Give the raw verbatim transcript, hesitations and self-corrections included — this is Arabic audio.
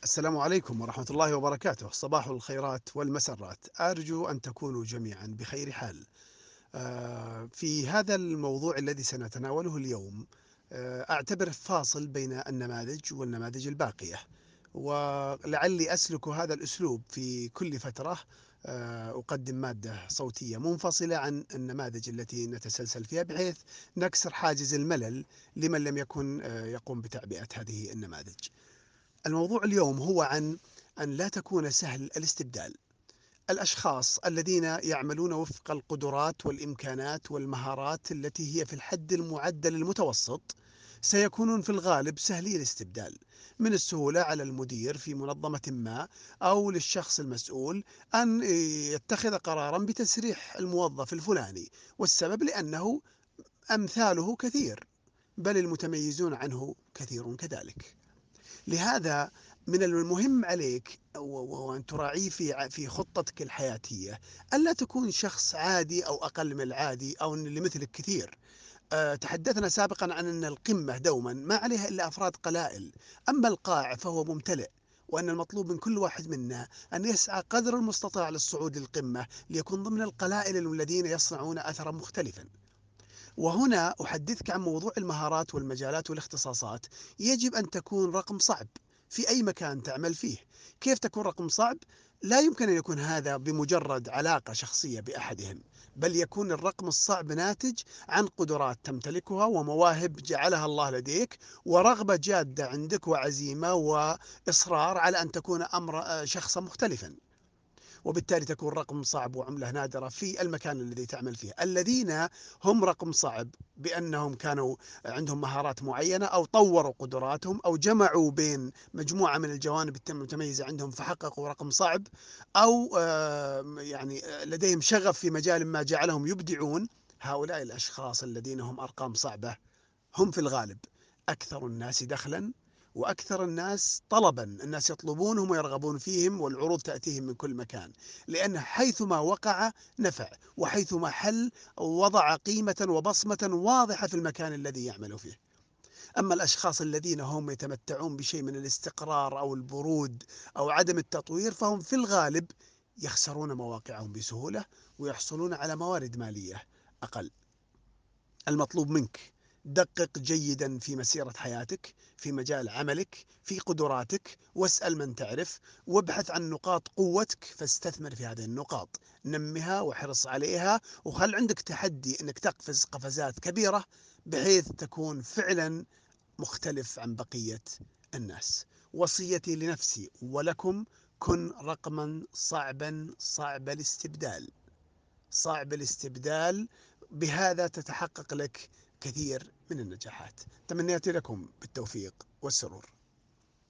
السلام عليكم ورحمة الله وبركاته، صباح الخيرات والمسرات، أرجو أن تكونوا جميعا بخير حال. آه، في هذا الموضوع الذي سنتناوله اليوم، آه، أعتبر فاصل بين النماذج والنماذج الباقية، ولعلي أسلك هذا الأسلوب في كل فترة. آه، أقدم مادة صوتية منفصلة عن النماذج التي نتسلسل فيها، بحيث نكسر حاجز الملل لمن لم يكن آه، يقوم بتعبئة هذه النماذج. الموضوع اليوم هو عن أن لا تكون سهل الاستبدال. الأشخاص الذين يعملون وفق القدرات والإمكانات والمهارات التي هي في الحد المعدل المتوسط سيكونون في الغالب سهلي الاستبدال. من السهولة على المدير في منظمة ما أو للشخص المسؤول أن يتخذ قرارا بتسريح الموظف الفلاني، والسبب لأنه أمثاله كثير، بل المتميزون عنه كثير كذلك. لهذا من المهم عليك وأن تراعيه في في خطتك الحياتية ألا تكون شخص عادي أو أقل من العادي أو أن اللي مثلك كثير. أه، تحدثنا سابقا عن أن القمة دوما ما عليها إلا أفراد قلائل، أما القاع فهو ممتلئ، وأن المطلوب من كل واحد منا أن يسعى قدر المستطاع للصعود للقمة ليكون ضمن القلائل الذين يصنعون أثرا مختلفا. وهنا أحدثك عن موضوع المهارات والمجالات والاختصاصات. يجب أن تكون رقم صعب في أي مكان تعمل فيه. كيف تكون رقم صعب؟ لا يمكن أن يكون هذا بمجرد علاقة شخصية بأحدهم، بل يكون الرقم الصعب ناتج عن قدرات تمتلكها ومواهب جعلها الله لديك، ورغبة جادة عندك وعزيمة وإصرار على أن تكون أمر شخصا مختلفا، وبالتالي تكون رقم صعب وعملة نادرة في المكان الذي تعمل فيه. الذين هم رقم صعب بأنهم كانوا عندهم مهارات معينة أو طوروا قدراتهم أو جمعوا بين مجموعة من الجوانب المتميزة عندهم فحققوا رقم صعب، أو آه، يعني آه، لديهم شغف في مجال ما جعلهم يبدعون. هؤلاء الأشخاص الذين هم أرقام صعبة هم في الغالب أكثر الناس دخلا وأكثر الناس طلبا. الناس يطلبونهم ويرغبون فيهم والعروض تأتيهم من كل مكان، لأن حيثما وقع نفع، وحيثما حل وضع قيمة وبصمة واضحة في المكان الذي يعمل فيه. أما الأشخاص الذين هم يتمتعون بشيء من الاستقرار أو البرود أو عدم التطوير فهم في الغالب يخسرون مواقعهم بسهولة ويحصلون على موارد مالية أقل. المطلوب منك دقق جيدا في مسيرة حياتك، في مجال عملك، في قدراتك، واسأل من تعرف، وابحث عن نقاط قوتك فاستثمر في هذه النقاط، نمها وحرص عليها، وخل عندك تحدي انك تقفز قفزات كبيرة بحيث تكون فعلا مختلف عن بقية الناس. وصيتي لنفسي ولكم: كن رقما صعبا صعب الاستبدال، صعب الاستبدال. بهذا تتحقق لك كثير من النجاحات. تمنياتي لكم بالتوفيق والسرور.